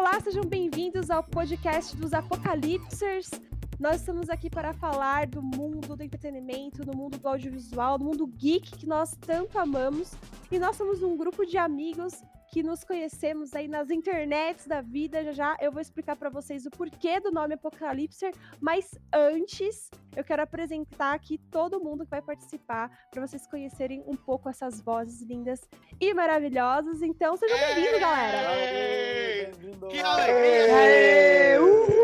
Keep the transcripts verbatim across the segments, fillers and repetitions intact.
Olá, sejam bem-vindos ao podcast dos Apocalipsers. Nós estamos aqui para falar do mundo do entretenimento, do mundo do audiovisual, do mundo geek que nós tanto amamos. E nós somos um grupo de amigos que nos conhecemos aí nas internets da vida. Já já eu vou explicar para vocês o porquê do nome Apocalipser, mas antes eu quero apresentar aqui todo mundo que vai participar para vocês conhecerem um pouco essas vozes lindas e maravilhosas. Então sejam bem-vindos, galera! Aê! Que alegria!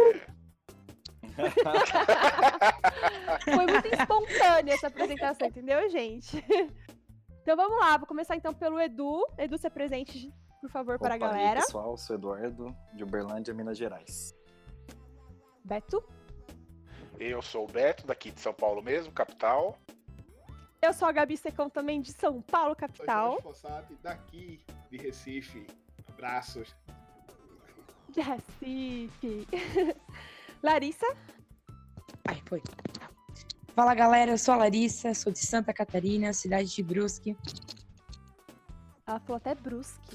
Foi muito espontânea essa apresentação, entendeu, gente? Então vamos lá, vou começar então pelo Edu. Edu, se apresente, por favor, Opa, para a galera. Aí, pessoal, sou Eduardo, de Uberlândia, Minas Gerais. Beto. Eu sou o Beto, daqui de São Paulo mesmo, capital. Eu sou a Gabi Secão, também de São Paulo, capital. Eu sou o Fossati, daqui de Recife. Abraços. De Recife. Larissa. Ai, foi. Fala, galera, eu sou a Larissa, sou de Santa Catarina, cidade de Brusque. Ela falou até Brusque.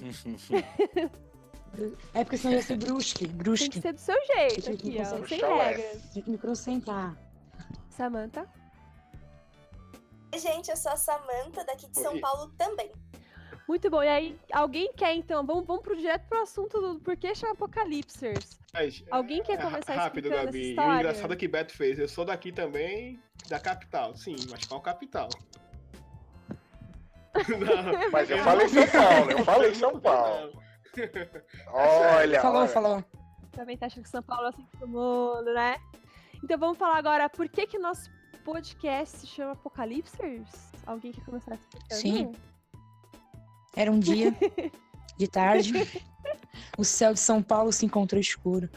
É porque senão ia ser Brusque, Tem Brusque. que ser do seu jeito Tem que aqui, ó, me sem concentrar, ué. regras. Tem que me concentrar. Samantha. Oi, gente, eu sou a Samantha, daqui de São Oi. Paulo também. Muito bom. E aí, alguém quer então? Vamos, vamos pro direto pro assunto do porquê chama Apocalipsers. Mas, Alguém quer é, começar rápido, explicando Gabi. essa E o história? engraçado é que Beto fez. Eu sou daqui também, da capital. Sim, mas qual capital? Não, Mas eu falei São Paulo, eu falei São Paulo. Olha, falou, olha. falou. Também tá achando que São Paulo é assim todo mundo, né? Então vamos falar agora por que que nosso podcast se chama Apocalipsers? Alguém quer começar explicando? Sim. Era um dia de tarde. O céu de São Paulo se encontrou escuro.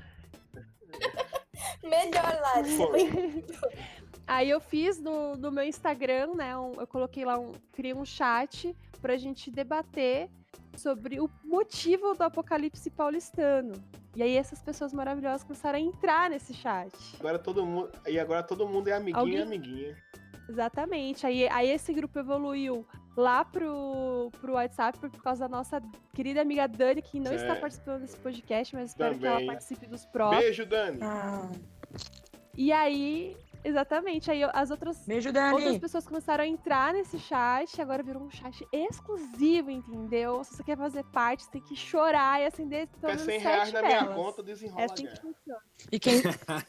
Melhor, Larissa. Foi. Aí eu fiz no, no meu Instagram, né? um- eu coloquei lá, um, criei um chat pra gente debater sobre o motivo do apocalipse paulistano. E aí essas pessoas maravilhosas começaram a entrar nesse chat. Agora todo mundo, e agora todo mundo é amiguinho Alguém- e amiguinha. Exatamente. Aí, aí esse grupo evoluiu lá pro, pro WhatsApp por causa da nossa querida amiga Dani, que não É. está participando desse podcast, mas espero que ela Também. participe dos próximos. Beijo, Dani. Ah, E aí, exatamente, aí as outras, beijo, outras Dani. pessoas começaram a entrar nesse chat, agora virou um chat exclusivo, entendeu? Se você quer fazer parte, você tem que chorar e acender pelo É menos cem sete reais na minha velas. conta, desenrola É a assim que guerra. funciona. E quem...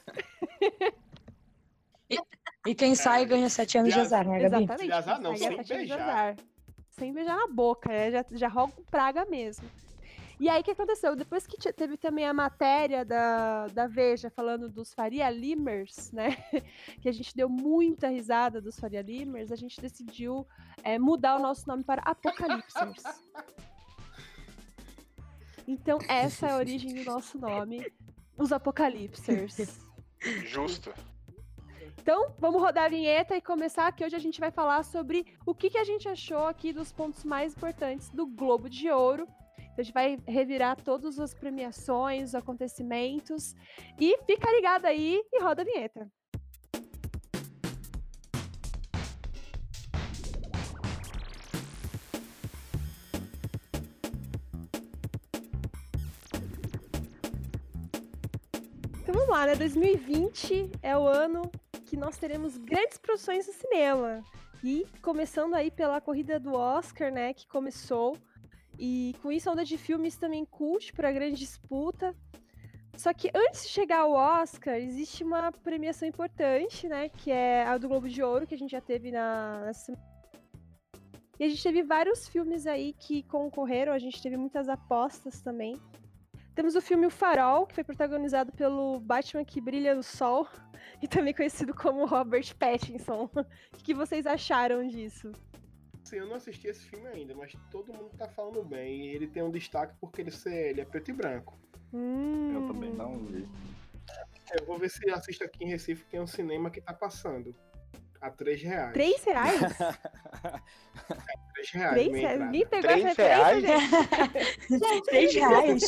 e, e quem sai ganha sete anos de azar, né, Gabi? Exatamente. De azar não, Aí sem é sete anos de beijar. azar. Sem beijar na boca, né? Já, já roga com praga mesmo. E aí, o que aconteceu? Depois que te- teve também a matéria da, da Veja falando dos Faria Limers, né? Que a gente deu muita risada dos Faria Limers, a gente decidiu é, mudar o nosso nome para Apocalipsers. Então, essa é a origem do nosso nome, os Apocalipsers. Justo. Então, vamos rodar a vinheta e começar, que hoje a gente vai falar sobre o que, que a gente achou aqui dos pontos mais importantes do Globo de Ouro. Então, a gente vai revirar todas as premiações, os acontecimentos. E fica ligado aí e roda a vinheta. Então vamos lá, né? dois mil e vinte é o ano que nós teremos grandes produções no cinema. E começando aí pela corrida do Oscar, né, que começou. E com isso a onda de filmes também cult para a grande disputa. Só que antes de chegar ao Oscar, existe uma premiação importante, né, que é a do Globo de Ouro, que a gente já teve na, na semana. E a gente teve vários filmes aí que concorreram, a gente teve muitas apostas também. Temos o filme O Farol, que foi protagonizado pelo Batman que brilha no sol, e também conhecido como Robert Pattinson. O que vocês acharam disso? Sim, eu não assisti esse filme ainda, mas todo mundo tá falando bem. E ele tem um destaque porque ele, ser, ele é preto e branco. Hum, Eu também não vi. Eu vou ver se assisto aqui em Recife, que tem um cinema que tá passando. A três reais. Três reais? Três reais. Três minha reais? entrada. Nem pegou Três essa referência, reais? gente? Três reais.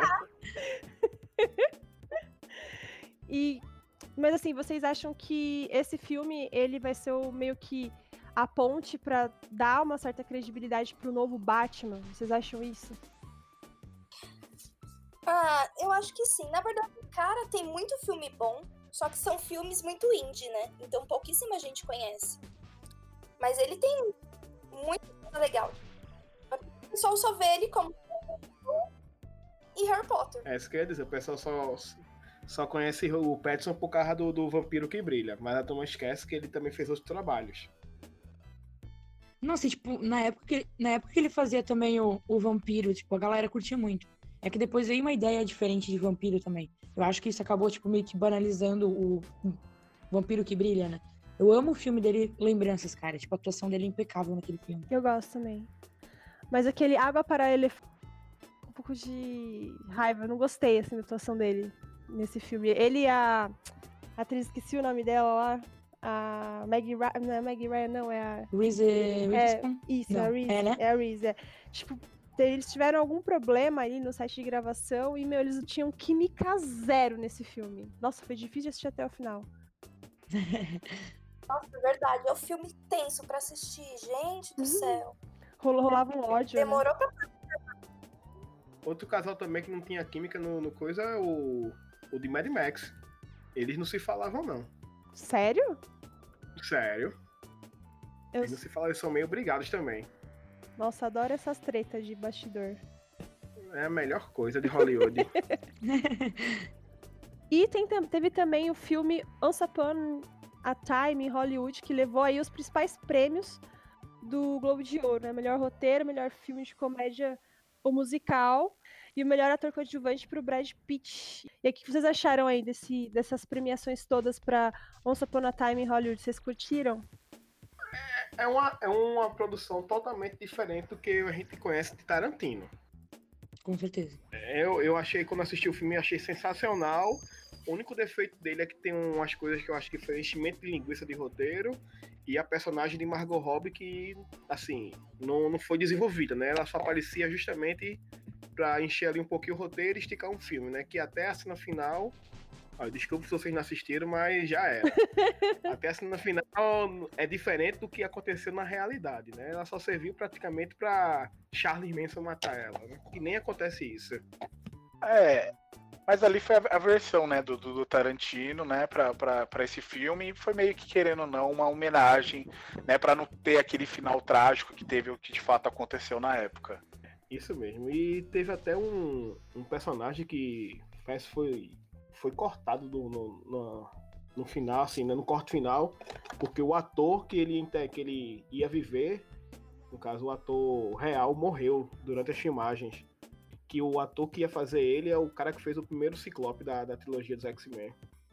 E, mas assim, vocês acham que esse filme, ele vai ser o meio que a ponte pra dar uma certa credibilidade pro novo Batman? Vocês acham isso? Ah, eu acho que sim. Na verdade, cara, tem muito filme bom, só que são filmes muito indie, né? Então pouquíssima gente conhece. Mas ele tem muita coisa legal. O pessoal só vê ele como e Harry Potter. É isso que eu ia dizer, o pessoal só, só conhece o Pattinson por causa do, do Vampiro que Brilha, mas a turma esquece que ele também fez outros trabalhos. Nossa, e, tipo, na época que, na época que ele fazia também o, o vampiro, tipo, a galera curtia muito. É que depois veio uma ideia diferente de vampiro também. Eu acho que isso acabou, tipo, meio que banalizando o, o Vampiro que Brilha, né? Eu amo o filme dele, Lembranças, cara. Tipo, a atuação dele é impecável naquele filme. Eu gosto também. Mas aquele Água para Elefante, um pouco de raiva. Eu não gostei, assim, da atuação dele nesse filme. Ele e a, a atriz, esqueci o nome dela lá. A Maggie Ryan, não é a Maggie Ryan, não, é a... Reese Witherspoon? Isso, Não, a Reese. é, né? É a Reese, é. Tipo, eles tiveram algum problema ali no site de gravação e, meu, eles tinham química zero nesse filme. Nossa, foi difícil de assistir até o final. Nossa, é verdade. É um filme tenso pra assistir. Gente do Uhum. céu. Rolou, rolava um ódio, né? Demorou pra... Outro casal também que não tinha química no, no coisa é o, o de Mad Max. Eles não se falavam, não. Sério? Sério. Eu... Eles não se falavam, eles são meio brigados também. Nossa, adoro essas tretas de bastidor. É a melhor coisa de Hollywood. E tem, teve também o filme Once Upon a Time em Hollywood, que levou aí os principais prêmios do Globo de Ouro, né? Melhor roteiro, melhor filme de comédia ou musical e o melhor ator coadjuvante para o Brad Pitt. E aí, o que vocês acharam aí desse, dessas premiações todas para Once Upon a Time em Hollywood? Vocês curtiram? É uma, é uma produção totalmente diferente do que a gente conhece de Tarantino. Com certeza. Eu, eu achei, quando assisti o filme, eu achei sensacional. O único defeito dele é que tem umas coisas que eu acho que foi enchimento de linguiça de roteiro e a personagem de Margot Robbie que, assim, não, não foi desenvolvida, né? Ela só aparecia justamente pra encher ali um pouquinho o roteiro e esticar um filme, né? Que até a cena final... Olha, desculpa se vocês não assistiram, mas já era. Até a cena final é diferente do que aconteceu na realidade, né? Ela só serviu praticamente pra Charlie Manson matar ela, né? E nem acontece isso. É, mas ali foi a, a versão, né, do, do, do Tarantino, né, pra, pra, pra esse filme, e foi meio que, querendo ou não, uma homenagem, né, pra não ter aquele final trágico que teve o que de fato aconteceu na época. Isso mesmo. E teve até um, um personagem que parece que foi... foi cortado do, no, no, no final, assim, né, no corte final, porque o ator que ele, que ele ia viver, no caso o ator real, morreu durante as filmagens. Que o ator que ia fazer ele é o cara que fez o primeiro Ciclope da, da trilogia dos X-Men.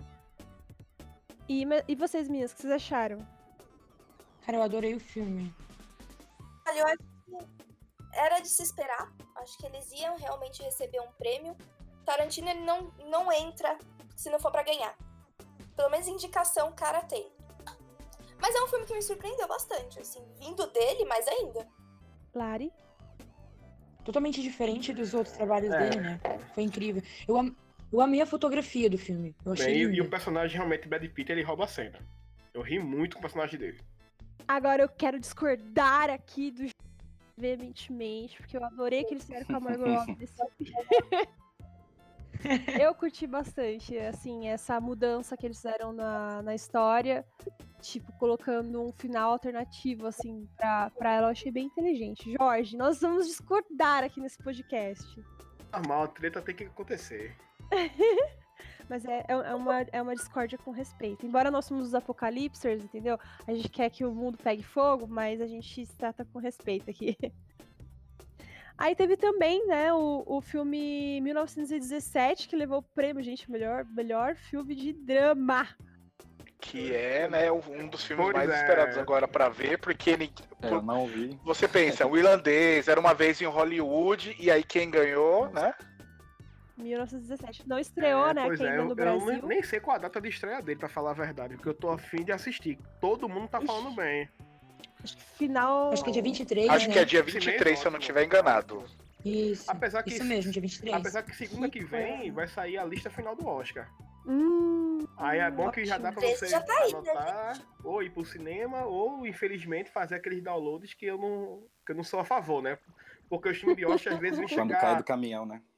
E, e vocês, meninas, o que vocês acharam? Cara, eu adorei o filme. Olha, eu acho que era de se esperar. Acho que eles iam realmente receber um prêmio. Tarantino, ele não, não entra se não for pra ganhar. Pelo menos indicação o cara tem. Mas é um filme que me surpreendeu bastante, assim, vindo dele, mais ainda. Lari? Totalmente diferente dos outros trabalhos É. dele, né? Foi incrível. Eu, am... eu amei a fotografia do filme. Eu achei Bem, e, lindo. e o personagem realmente, Brad Pitt, ele rouba a cena. Eu ri muito com o personagem dele. Agora eu quero discordar aqui do veementemente, porque eu adorei que eles fizeram com a Margot Robbie nesse filme. Eu curti bastante, assim, essa mudança que eles fizeram na, na história, tipo, colocando um final alternativo, assim, pra, pra ela, eu achei bem inteligente. Jorge, nós vamos discordar aqui nesse podcast. Normal, a treta tem que acontecer. Mas é, é, é uma, é uma discórdia com respeito. Embora nós somos os apocalipsers, entendeu? A gente quer que o mundo pegue fogo, mas a gente se trata com respeito aqui. Aí teve também, né, o, o filme mil novecentos e dezessete, que levou o prêmio, gente, melhor, melhor filme de drama. Que é, né, um dos filmes Pois mais é. esperados agora pra ver, porque ele, É, eu não vi. você pensa, o irlandês era uma vez em Hollywood, e aí quem ganhou, né? mil novecentos e dezessete. Não estreou, É, né, pois aqui é, ainda eu, no eu Brasil. nem, nem sei qual a data de estreia dele, pra falar a verdade, porque eu tô afim de assistir. Todo mundo tá falando bem. Acho que final... Acho que é dia vinte e três, Acho né? que é dia Esse vinte mês, e três, se eu não ótimo. estiver enganado. Isso. Apesar que Isso se- mesmo, dia vinte e três. Apesar que segunda que vem vai sair a lista final do Oscar. Hum, Aí é bom que já dá pra Esse você já tá aí, né, anotar, ou ir pro cinema, ou infelizmente fazer aqueles downloads que eu não, que eu não sou a favor, né? Porque o filme de Oscar às vezes vem Quando cai chegar. do caminhão, né?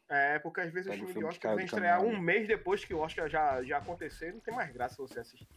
É, porque às vezes o Pega o filme de filme que Oscar caiu vem do estrear caminhão, um mês depois que o Oscar já, já aconteceu, não tem mais graça você assistir.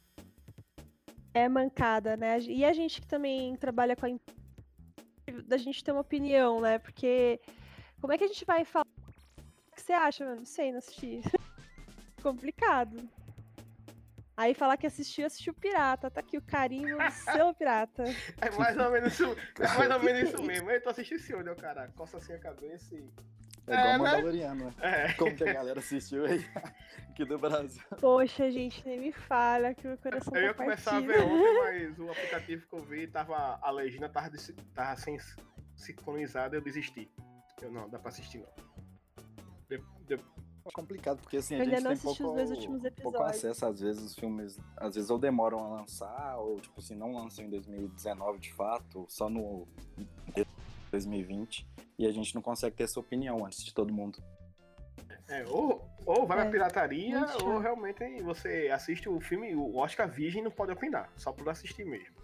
É mancada, né? E a gente que também trabalha com a imprensa, da gente ter uma opinião, né? Porque como é que a gente vai falar? O que você acha, mano? Não sei, não assisti. Complicado. Aí falar que assistiu, assistiu Pirata. Tá aqui o carimbo do seu Pirata. É mais ou menos isso, é mais ou menos isso mesmo. Eu tô assistindo esse olho, cara. Coça assim a cabeça e. É igual É, né? Mandaloriano, né? É. Como que a galera assistiu aí aqui do Brasil. Poxa, gente, nem me fala que meu coração Eu ia tá começar a partido. ver ontem, mas o aplicativo que eu vi, tava, a legenda tava, desse- tava sem sincronizada, eu desisti. Eu não, dá pra assistir não. De- de- É complicado, porque assim, Eu a ainda gente não tem assisti pouco, os dois últimos pouco episódios. acesso, às vezes os filmes, às vezes ou demoram a lançar, ou tipo assim, não lançam em dois mil e dezenove de fato, só no dois mil e vinte, e a gente não consegue ter essa opinião antes de todo mundo. é, ou, ou vai É, pra pirataria, muito chato. ou realmente você assiste o filme, o Oscar Virgem não pode opinar, só por assistir mesmo.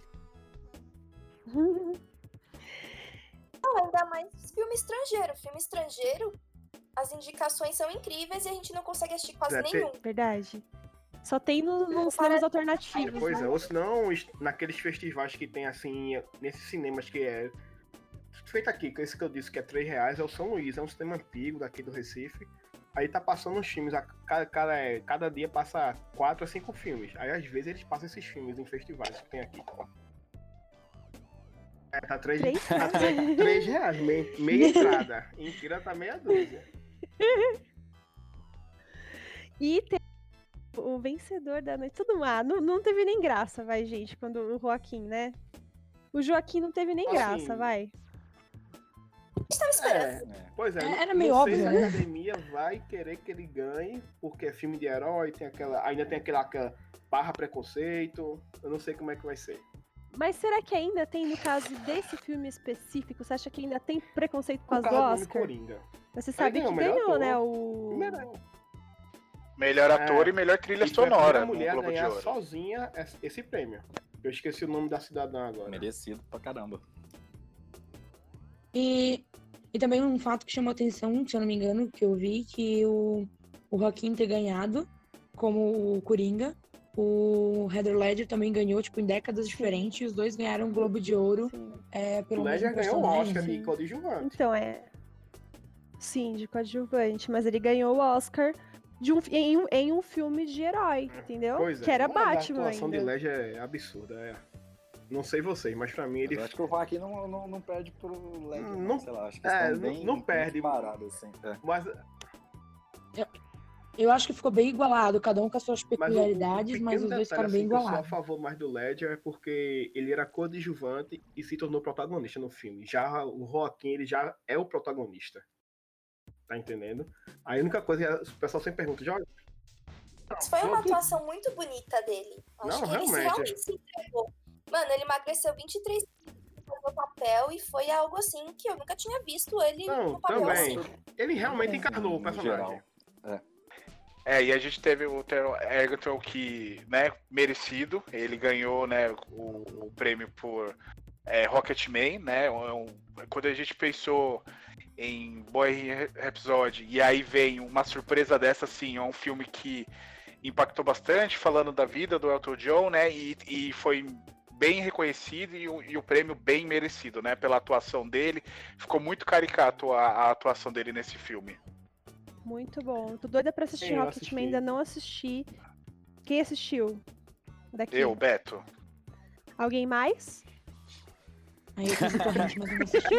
Não, ainda mais filme estrangeiro. Filme estrangeiro, as indicações são incríveis e a gente não consegue assistir quase É, tem- nenhum. Verdade. Só tem no- nos Para- cinemas alternativos, Pois né? é, ou senão es- naqueles festivais que tem assim, nesses cinemas que é feito aqui, que esse que eu disse que é três reais, é o São Luís, é um cinema antigo daqui do Recife. Aí tá passando uns filmes, a cada, cada, é, cada dia passa quatro a cinco filmes. Aí às vezes eles passam esses filmes em festivais que tem aqui. É, tá três, Três tá três, três reais, meia, meia entrada. Inteira tá meia dúzia. E tem o vencedor da noite. Tudo má. Não, não teve nem graça, vai, gente, quando o Joaquim, né? O Joaquim não teve nem Assim, graça, vai. Estava esperando. É, É. pois é, É, não- era não meio sei óbvio, se a né? academia vai querer que ele ganhe, porque é filme de herói, tem aquela, ainda tem aquela, aquela barra preconceito, eu não sei como é que vai ser. Mas será que ainda tem, no caso desse filme específico, você acha que ainda tem preconceito com Por as do causa do nome Oscar? Coringa. Você sabe ganhou que o melhor ganhou, ator. né? O. Primeiro, Melhor ator É. e melhor trilha e foi a sonora primeira no mulher a Globo de ganhar Ouro. sozinha es- esse prêmio. Eu esqueci o nome da cidadã agora. Merecido pra caramba. E, e também um fato que chamou atenção, se eu não me engano, que eu vi, que o, o Joaquim ter ganhado como o Coringa, o Heath Ledger também ganhou, tipo, em décadas diferentes, e os dois ganharam um Globo de Ouro Sim. é, O pelo Ledger mesmo ganhou o personagem. Oscar de sim. coadjuvante. Então, é. Sim, de coadjuvante, mas ele ganhou o Oscar de um, em, um- em um filme de herói, entendeu? Pois é. Que era mas A Batman atuação de ainda. Ledger é absurda, é. Não sei vocês, mas pra mim Mas ele... eu acho que o Joaquim não, não, não perde pro Ledger, Não- não, sei lá, acho que é, estão não- bem, não bem perde. equiparados, assim. É. Mas, Eu acho que ficou bem igualado, cada um com as suas mas o- o, peculiaridades, pequeno mas os dois detalhe, ficaram bem assim, que eu sou a igualados. favor mais do Ledger é porque ele era coadjuvante e se tornou protagonista no filme. Já o Joaquim, ele já é o protagonista. Tá entendendo? Aí a única coisa, é, o pessoal sempre pergunta, Jorge, Mas foi uma Jogo- atuação muito bonita dele. Acho Não, que ele se realmente. realmente se entregou. Mano, ele emagreceu vinte e três quilos no papel e foi algo assim que eu nunca tinha visto ele Não, no papel também. assim. Ele realmente encarnou o No personagem. geral. É, e a gente teve o Taron Egerton que, né, merecido. Ele ganhou, né, o, o prêmio por é, Rocketman, né? Um- quando a gente pensou em Bohemian Rhapsody e aí vem uma surpresa dessa, assim, é um filme que impactou bastante, falando da vida do Elton John, né? E, e foi bem reconhecido e o, e o prêmio bem merecido, né? Pela atuação dele. Ficou muito caricato a, a atuação dele nesse filme. Muito bom. Tô doida pra assistir Sim, eu Rocketman, assisti. ainda não assisti. Quem assistiu? Daqui. Eu, Beto. Alguém mais? Aí eu fiz o torrent, mas eu não assisti.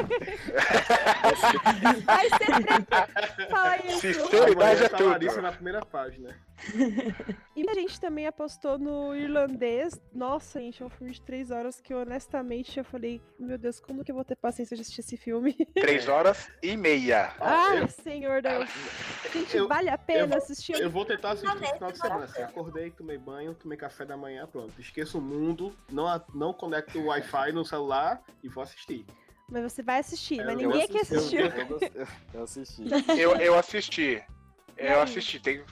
Vai ser treta. Fala isso. Sinceridade é tá Larissa tudo. na primeira página. E a gente também apostou no Irlandês. Nossa, gente, é um filme de três horas que honestamente eu falei, meu Deus, como que eu vou ter paciência de assistir esse filme? Três horas e meia. Ai, eu- senhor Deus. Gente, eu- vale a pena eu- assistir. Eu vou tentar assistir no Planeta final de semana. Assim, Maravilha. acordei, tomei banho, tomei café da manhã, pronto. Esqueço o mundo, não, a- não conecto o Wi-Fi no celular e vou assistir. Mas você vai assistir, Eu- mas eu ninguém aqui assisti, eu- assistiu. Eu, gostei, eu assisti. Eu, eu assisti. E Eu aí? assisti. Tem...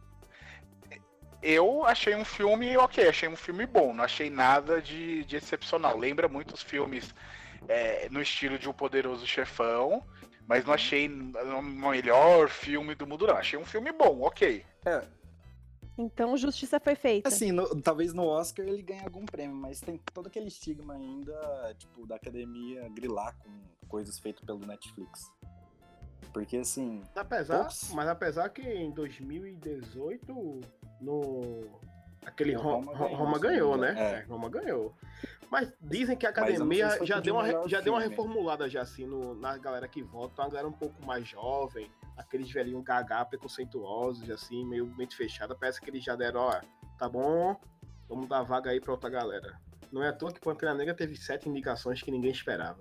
Eu achei um filme ok, achei um filme bom, não achei nada de, de excepcional. Lembra muito os filmes é, no estilo de O Poderoso Chefão, Mas não achei o melhor filme do mundo, não. Achei um filme bom, ok. É, Então, justiça foi feita. assim, no- talvez no Oscar ele ganhe algum prêmio, mas tem todo aquele estigma ainda, tipo, da academia grilar com coisas feitas pelo Netflix. Porque, assim, Apesar, poucos- mas apesar que em dois mil e dezoito, no. Aquele O Ro- Roma Ro- ganhou, Roma se ganhou, não me né? engano. É, Roma ganhou. Mas dizem que a Mas eu não sei academia se foi já de deu, uma, melhor já deu uma filme. reformulada já assim no, na galera que vota, uma galera um pouco mais jovem, aqueles velhinhos gagá, preconceituosos, assim, meio mente fechada, parece que eles já deram, ó, tá bom, vamos dar vaga aí pra outra galera. Não é à toa que Pantera Negra teve sete indicações que ninguém esperava.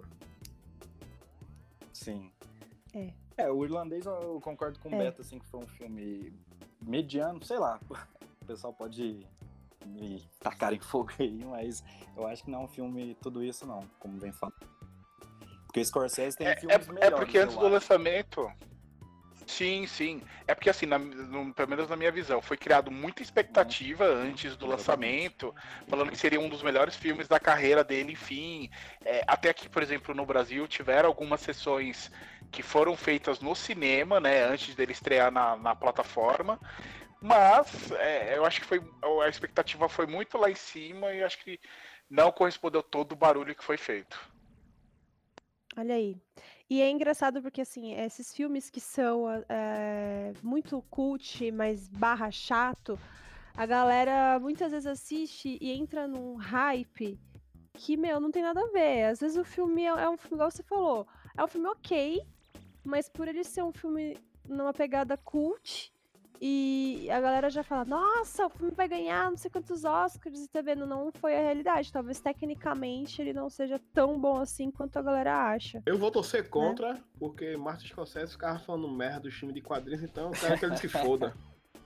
sim. É. É, o Irlandês eu concordo com o É. Beto, assim, que foi um filme mediano, sei lá. O pessoal pode me tacar em fogo aí, mas eu acho que não é um filme tudo isso, não, como bem falado. Porque o Scorsese tem É, filmes é, é melhores, porque eu antes do acho. lançamento. Sim, sim. É porque assim, na- no- pelo menos na minha visão, foi criado muita expectativa antes do Exatamente. lançamento, falando que seria um dos melhores filmes da carreira dele, enfim. É, até aqui, por exemplo, no Brasil, tiveram algumas sessões que foram feitas no cinema, né, antes dele estrear na, na plataforma. Mas é, eu acho que foi, a expectativa foi muito lá em cima e acho que não correspondeu todo o barulho que foi feito. Olha aí. E é engraçado porque, assim, esses filmes que são é, muito cult, mas barra chato, a galera muitas vezes assiste e entra num hype que, meu, não tem nada a ver. Às vezes o filme é, é um filme, igual você falou, é um filme ok, mas por ele ser um filme numa pegada cult, e a galera já fala, nossa, o filme vai ganhar não sei quantos Oscars, e tá vendo? Não foi a realidade. Talvez tecnicamente ele não seja tão bom assim quanto a galera acha. Eu vou torcer contra, porque Martin Scorsese ficava falando merda do filme de quadrinhos, então eu quero que ele se foda.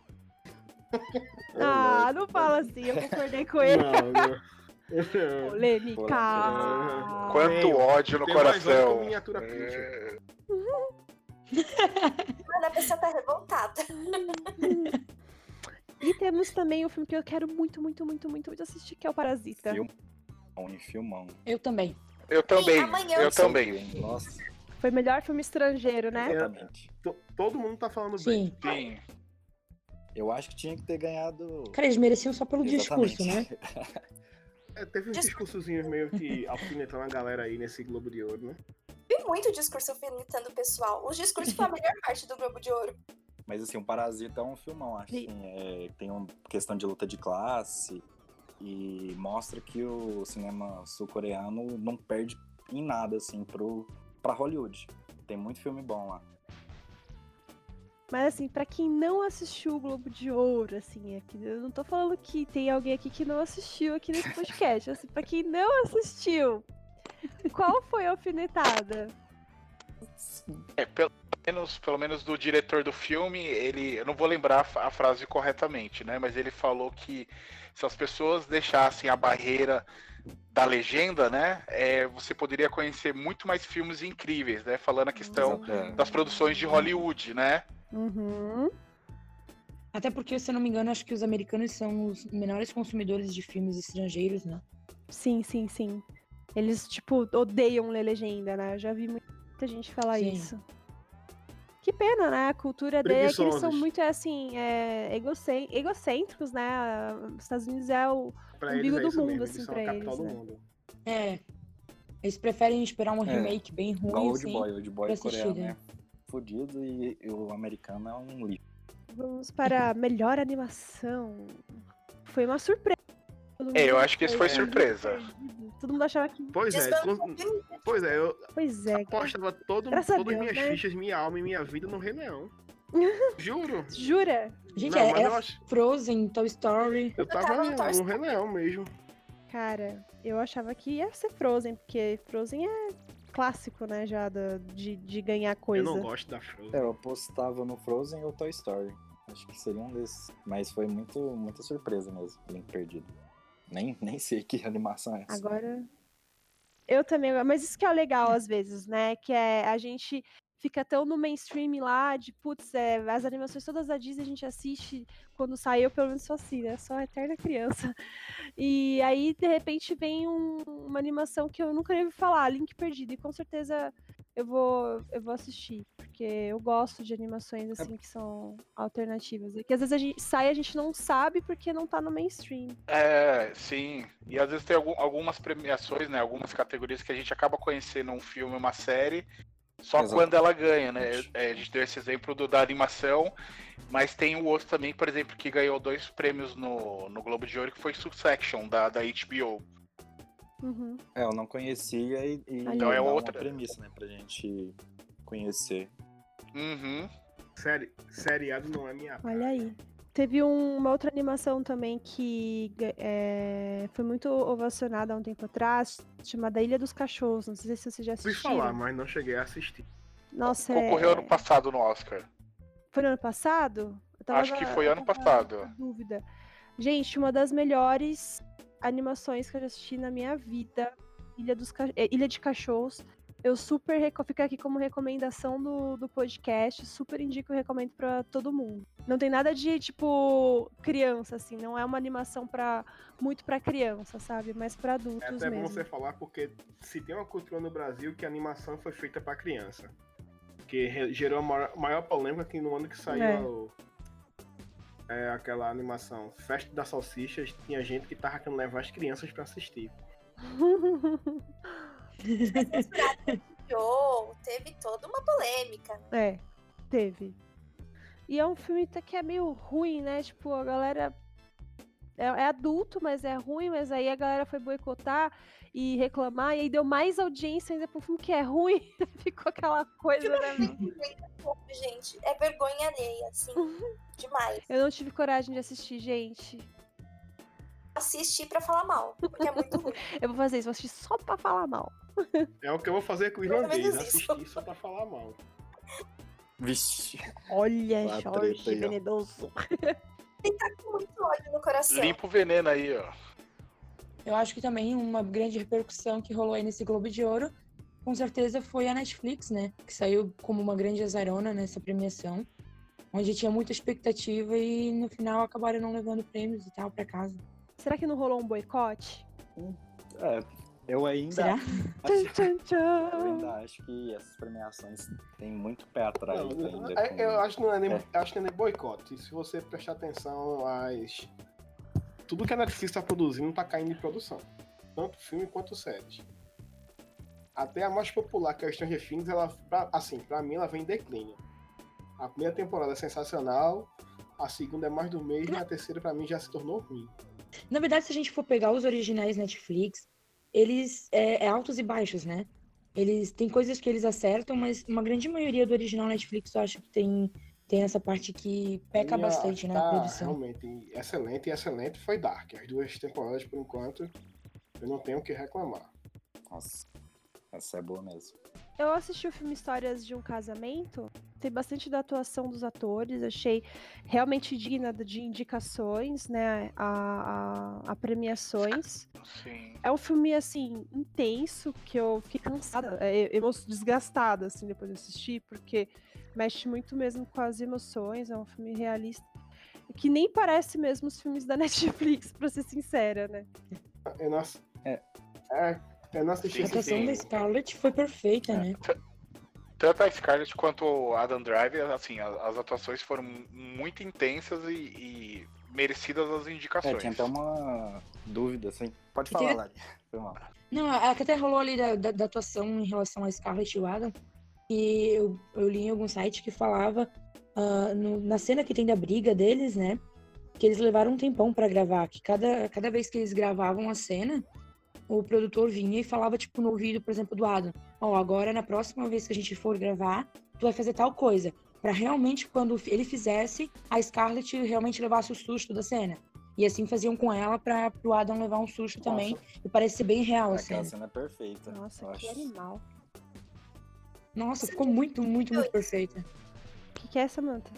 Ah, não fala assim, eu concordei com ele. Não, não. Polêmica. Quanto Tenho. ódio no Tem mais ódio que coração. a miniatura Pitch. É, Mano, a pessoa tá revoltada. E temos também o filme que eu quero muito, muito, muito, muito, muito assistir, que é o Parasita. Filmão, em filmão. Eu também. Eu também, amanhã eu eu também. Nossa, Foi o melhor filme estrangeiro, né? exatamente. To- Todo mundo tá falando bem. Sim. Sim. Eu acho que tinha que ter ganhado. Cara, eles mereciam só pelo discurso, né? Exatamente. É, teve uns Des- discursozinhos meio que alfinetando a galera aí nesse Globo de Ouro, né? Vi muito discurso alfinetando o pessoal. Os discursos foi a melhor parte do Globo de Ouro. Mas assim, o Parasita é um filmão, acho. Sim. Assim, é, tem uma questão de luta de classe e mostra que o cinema sul-coreano não perde em nada, assim, pro, pra Hollywood. Tem muito filme bom lá. Mas assim, pra quem não assistiu o Globo de Ouro, assim, aqui, eu não tô falando que tem alguém aqui que não assistiu aqui nesse podcast. Assim, pra quem não assistiu, qual foi a alfinetada? É, pelo menos, pelo menos do diretor do filme, ele, eu não vou lembrar a fa- a frase corretamente, né? Mas ele falou que se as pessoas deixassem a barreira da legenda, né? É, você poderia conhecer muito mais filmes incríveis, né? Falando a questão É. das produções de Hollywood, né? Uhum. Até porque, se eu não me engano, acho que os americanos são os menores consumidores de filmes estrangeiros, né? Sim, sim, sim. Eles, tipo, odeiam ler legenda, né? Eu já vi muita gente falar Sim. isso. Que pena, né? A cultura dele é que eles são Preguiçosos. muito, assim, é, egocê- egocêntricos, né? Os Estados Unidos é o... Pra Umbigo eles é do isso mundo, mesmo, assim, eles são pra a capital eles, do né? mundo. É. Eles preferem esperar um É. remake bem ruim, Igual o Old assim. Boy. O Old Boy pra assistir, coreano né? é fudido e, e o americano é um lixo. Vamos para a melhor animação. Foi uma surpresa. Todo É, eu mundo acho que isso foi surpresa. perdido. Todo mundo achava que... Pois é, Desbanco con- bem- pois é, eu Pois é. apostava todo, Graças a todas as Deus, minhas né? fichas, minha alma e minha vida no Rei Leão. Juro. Jura? Gente, Não, é, mas eu era acho- Frozen, Toy Story. Eu tava tava no no, Toy no Rei Leão mesmo. Cara, eu achava que ia ser Frozen, porque Frozen é clássico, né, já, da- de, de ganhar coisa. Eu não gosto da Frozen. É, eu apostava no Frozen ou Toy Story. Acho que seria um desses. Mas foi muito, muita surpresa mesmo, Link Perdido. Nem, nem sei que animação é essa. Agora, eu também, mas isso que é o legal às vezes, né, que é a gente fica tão no mainstream lá, de putz, é, as animações todas da Disney a gente assiste quando sai, eu pelo menos sou assim, né? Sou a eterna criança. E aí, de repente, vem um- uma animação que eu nunca ouvi falar, Link Perdido, e com certeza eu vou, eu vou assistir, porque eu gosto de animações assim que são alternativas. E que às vezes a gente sai e a gente não sabe porque não tá no mainstream. É, sim. E às vezes tem algum- algumas premiações, né? Algumas categorias que a gente acaba conhecendo um filme, uma série, só Exato. quando ela ganha, né? É, a gente deu esse exemplo do, da animação, mas tem o outro também, por exemplo, que ganhou dois prêmios no, no Globo de Ouro, que foi Succession, da, da H B O. Uhum. É, eu não conhecia e, e Então dá é uma outra. premissa, né, pra gente conhecer. Uhum. Série, seriado não é minha. Olha aí. Teve um- uma outra animação também que é, foi muito ovacionada há um tempo atrás, chamada Ilha dos Cachorros. Não sei se vocês já Fui assistiram. falar, mas não cheguei a assistir. Nossa, Concorreu é... ano passado no Oscar. Foi no ano passado? Eu tava Acho que na- foi eu ano tava passado. na dúvida. Gente, uma das melhores animações que eu já assisti na minha vida. Ilha, dos Ca- é, Ilha de Cachorros. Eu super reco... fica aqui como recomendação do, do podcast. Super indico e recomendo pra todo mundo. Não tem nada de, tipo, criança, assim. Não é uma animação pra, muito pra criança, sabe? Mas pra É adultos até bom mesmo. você falar porque se tem uma cultura no Brasil que a animação foi feita pra criança. Que re- gerou a maior, maior polêmica que no ano que saiu É. o- é, aquela animação Festa das Salsichas, tinha gente que tava querendo levar as crianças pra assistir. Joe, teve toda uma polêmica. É, teve. E é um filme até que é meio ruim, né? Tipo, a galera é, é adulto, mas é ruim, mas aí a galera foi boicotar e reclamar, e aí deu mais audiência ainda pro filme que é ruim. Ficou aquela coisa, né? Gente, é vergonha alheia, assim, demais. Eu não tive coragem de assistir, gente. Assistir pra falar mal, porque é muito ruim. Eu vou fazer isso, vou assistir só pra falar mal. É o que eu vou fazer com o Mais ou irlandês, menos isso. assistir só pra falar mal. Vixe. Olha, Tá, Jorge treta aí, ó. Venedoso. Com muito ódio no coração. Limpa o veneno aí, ó. Eu acho que também uma grande repercussão que rolou aí nesse Globo de Ouro, com certeza foi a Netflix, né? Que saiu como uma grande azarona nessa premiação, onde tinha muita expectativa e no final acabaram não levando prêmios e tal pra casa. Será que não rolou um boicote? É, eu ainda, Será? Tchan, tchan, eu tchan. ainda acho que essas premiações têm muito pé atrás Não, ainda. é- com- eu acho que não é nem, É. acho que não é nem boicote. Se você prestar atenção, as... tudo que a Netflix tá produzindo tá caindo em produção. Tanto filme quanto séries. Até a mais popular, que é a Stranger Things, ela, pra- assim, pra mim ela vem em declínio. A primeira temporada é sensacional, a segunda é mais do mesmo e a terceira pra mim já se tornou ruim. Na verdade, se a gente for pegar os originais Netflix, eles é, é altos e baixos, né? Eles tem coisas que eles acertam, mas uma grande maioria do original Netflix eu acho que tem, tem essa parte que peca E a- bastante, né? tá A produção. realmente excelente e excelente foi Dark. As duas temporadas, por enquanto, eu não tenho o que reclamar. Nossa, essa é boa mesmo. Eu assisti o filme Histórias de um Casamento. Tem bastante da atuação dos atores. Achei realmente digna de indicações, né? A, a, a premiações. Sim. É um filme, assim, intenso, que eu fiquei cansada, é, emo- desgastada, assim, depois de assistir, porque mexe muito mesmo com as emoções. É um filme realista. Que nem parece mesmo os filmes da Netflix, pra ser sincera, né? Eu não, ass- É. é, eu não assisti Sim, A esse atuação sim. da Scarlett foi perfeita, É. né? Tanto a Scarlett quanto o Adam Driver, assim, a- as atuações foram muito intensas e, e merecidas as É, indicações. tinha até uma dúvida, assim. Pode E falar, teve- Lari. Foi mal. Não, a que até rolou ali da, da, da atuação em relação a Scarlett e o Adam, que eu, eu li em algum site que falava ah, no- na cena que tem da briga deles, né? Que eles levaram um tempão pra gravar, que cada, cada vez que eles gravavam a cena, o produtor vinha e falava, tipo, no ouvido, por exemplo, do Adam, ó, agora na próxima vez que a gente for gravar, tu vai fazer tal coisa. Pra realmente, quando ele fizesse, a Scarlett realmente levasse o susto da cena. E assim faziam com ela pra pro Adam levar um susto também. Nossa, E parece ser bem real, assim. aquela cena é perfeita. Nossa, eu que acho. animal. Nossa, ficou muito, muito, muito perfeita. O que, que é, Samantha?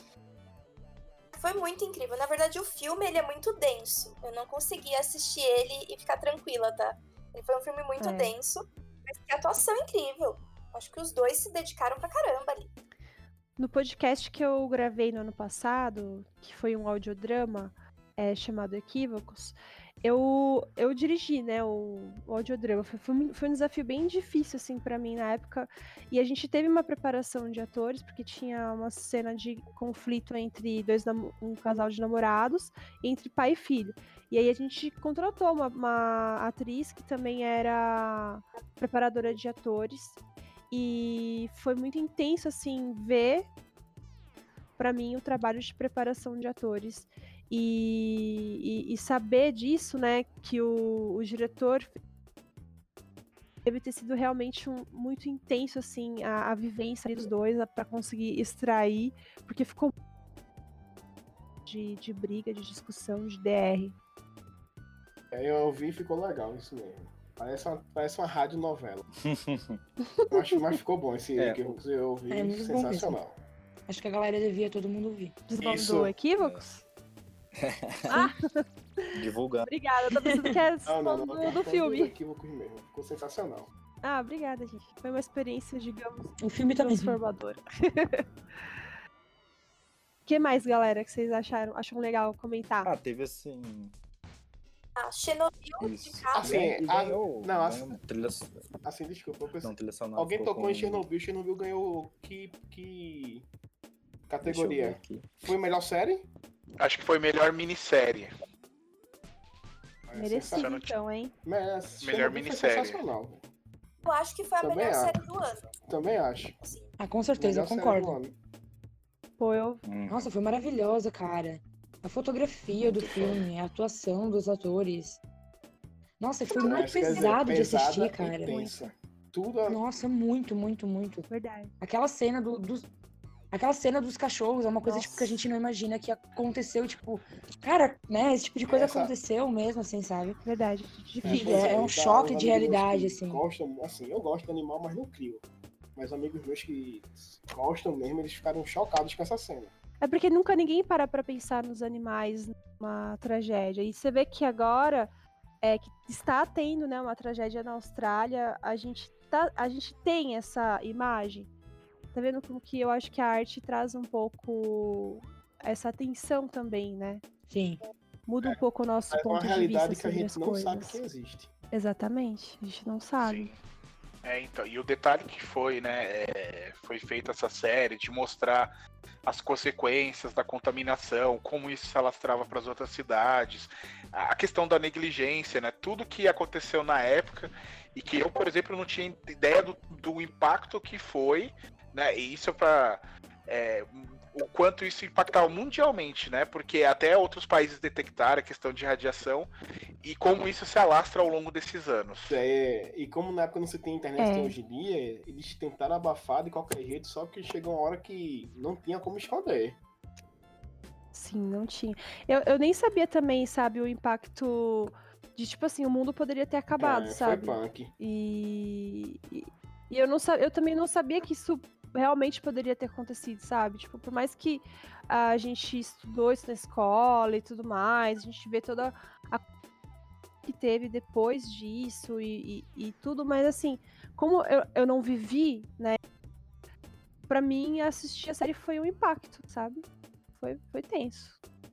Foi muito incrível. Na verdade, o filme ele é muito denso. Eu não consegui assistir ele e ficar tranquila, tá? Ele foi um filme muito É. denso, mas que atuação incrível. Acho que os dois se dedicaram pra caramba ali. No podcast que eu gravei no ano passado, que foi um audiodrama é, chamado Equívocos, eu, eu dirigi, né, o, o audiodrama. Foi, foi, um- foi um desafio bem difícil, assim, pra mim na época. E a gente teve uma preparação de atores, porque tinha uma cena de conflito entre dois namo- um casal de namorados, entre pai e filho. E aí a gente contratou uma, uma atriz que também era preparadora de atores. E foi muito intenso, assim, ver, pra mim, o trabalho de preparação de atores. E, e- e saber disso, né, que o, o diretor deve ter sido realmente um- muito intenso, assim, a, a vivência dos dois, a- pra conseguir extrair, porque ficou de, de briga, de discussão, de D R. Aí eu ouvi e ficou legal, isso mesmo. Parece uma, parece uma rádio novela. mas, mas ficou bom esse É. que eu eu ouvi, É muito bom sensacional. Acho que a galera devia todo mundo ouvir. Isso. Do Equívocos? Ah, Divulgando. obrigada, eu tô pensando que é Não, não, não. do, tô do falando dos filme. equívocos mesmo. Ficou sensacional. Ah, obrigada, gente. Foi uma experiência, digamos, O filme também. transformadora. O que mais, galera, que vocês acharam, acham legal comentar? Ah, teve assim. A Chernobyl, de Isso. cara, Assim, E a- ganhou, não, a- ganhou trilha, Assim, desculpa. Eu pensei, não, trilha sonora. alguém ficou tocou em com- Chernobyl. Chernobyl ganhou que, que Deixa eu ver categoria? aqui. Foi melhor série? Acho que foi melhor minissérie. É, Merecido, sensacional. então, hein? Mas Melhor Chernobyl foi minissérie. sensacional. eu acho que foi a Também melhor acho. série do ano. Também acho. Assim. Ah, com certeza, eu Melhor série concordo. do ano. Pô, eu... Hum. Nossa, foi maravilhosa, cara. A fotografia do Muito filme, a atuação dos atores. Nossa, foi Mas, muito quer dizer, pesado de pesada assistir, e cara. tensa. Tudo Nossa, muito, muito, muito. Verdade. Aquela cena do, dos. Aquela cena dos cachorros é uma coisa tipo, Nossa. que a gente não imagina que aconteceu, tipo. Cara, né? Esse tipo de coisa Essa- aconteceu mesmo, assim, sabe? Verdade. Difícil. É, é um Tá, choque os de amigos meus realidade, que assim. Gostam, assim, eu gosto de animal, mas não crio. Mas amigos meus que gostam mesmo, eles ficaram chocados com essa cena. É porque nunca ninguém para pra pensar nos animais numa tragédia. E você vê que agora é que está tendo, né, uma tragédia na Austrália, a gente, tá, a gente tem essa imagem. Tá vendo como que eu acho que a arte traz um pouco essa atenção também, né? Sim. Muda um pouco o nosso É uma ponto de vista realidade que a sobre gente as não coisas. sabe que existe. Exatamente, a gente não sabe. Sim. É, então, e o detalhe que foi, né, é, foi feita essa série de mostrar as consequências da contaminação, como isso se alastrava para as outras cidades, a questão da negligência, né, tudo que aconteceu na época e que eu, por exemplo, não tinha ideia do, do impacto que foi, né, e isso para é, o quanto isso impactava mundialmente, né, porque até outros países detectaram a questão de radiação e como isso se alastra ao longo desses anos. É, e como na época não se tem internet que É. tem hoje em dia, eles tentaram abafar de qualquer jeito, só que chegou uma hora que não tinha como esconder. Sim, não tinha. Eu, eu nem sabia também, sabe, o impacto de, tipo assim, o mundo poderia ter acabado, É, sabe? Foi punk. E, e, e eu, não, sa- eu também não sabia que isso realmente poderia ter acontecido, sabe? Tipo, por mais que a gente estudou isso na escola e tudo mais, a gente vê toda a que teve depois disso e, e, e tudo, mas assim, como eu, eu não vivi, né? Pra mim, assistir a série foi um impacto, sabe? Foi, foi tenso.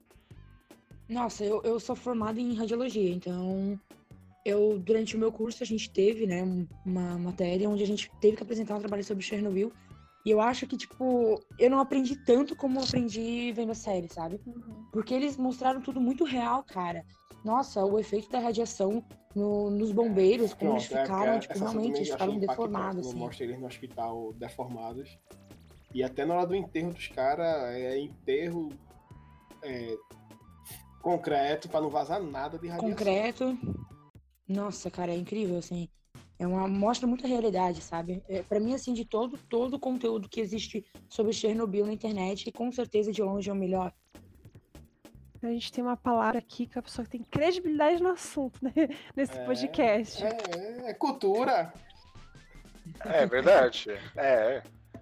Nossa, eu, eu sou formada em radiologia, então eu, durante o meu curso, a gente teve, né, um- uma matéria onde a gente teve que apresentar um trabalho sobre Chernobyl. E eu acho que, tipo, eu não aprendi tanto como eu aprendi vendo a série, sabe? Porque eles mostraram tudo muito real, cara. Nossa, o efeito da radiação no- nos bombeiros, como eles Pronto, é, ficaram, é, tipo, essa realmente, também eles eu ficaram achei impactante, deformados, quando assim. mostra eles no hospital deformados. E até na hora do enterro dos caras, é enterro é, concreto, pra não vazar nada de radiação. Concreto. Nossa, cara, é incrível, assim. É uma mostra muita realidade, sabe? É, para mim, assim, de todo todo o conteúdo que existe sobre Chernobyl na internet, com certeza de longe é o melhor. A gente tem uma palavra aqui que a pessoa tem credibilidade no assunto, né? Nesse É, podcast. É, é, é cultura. É verdade. É.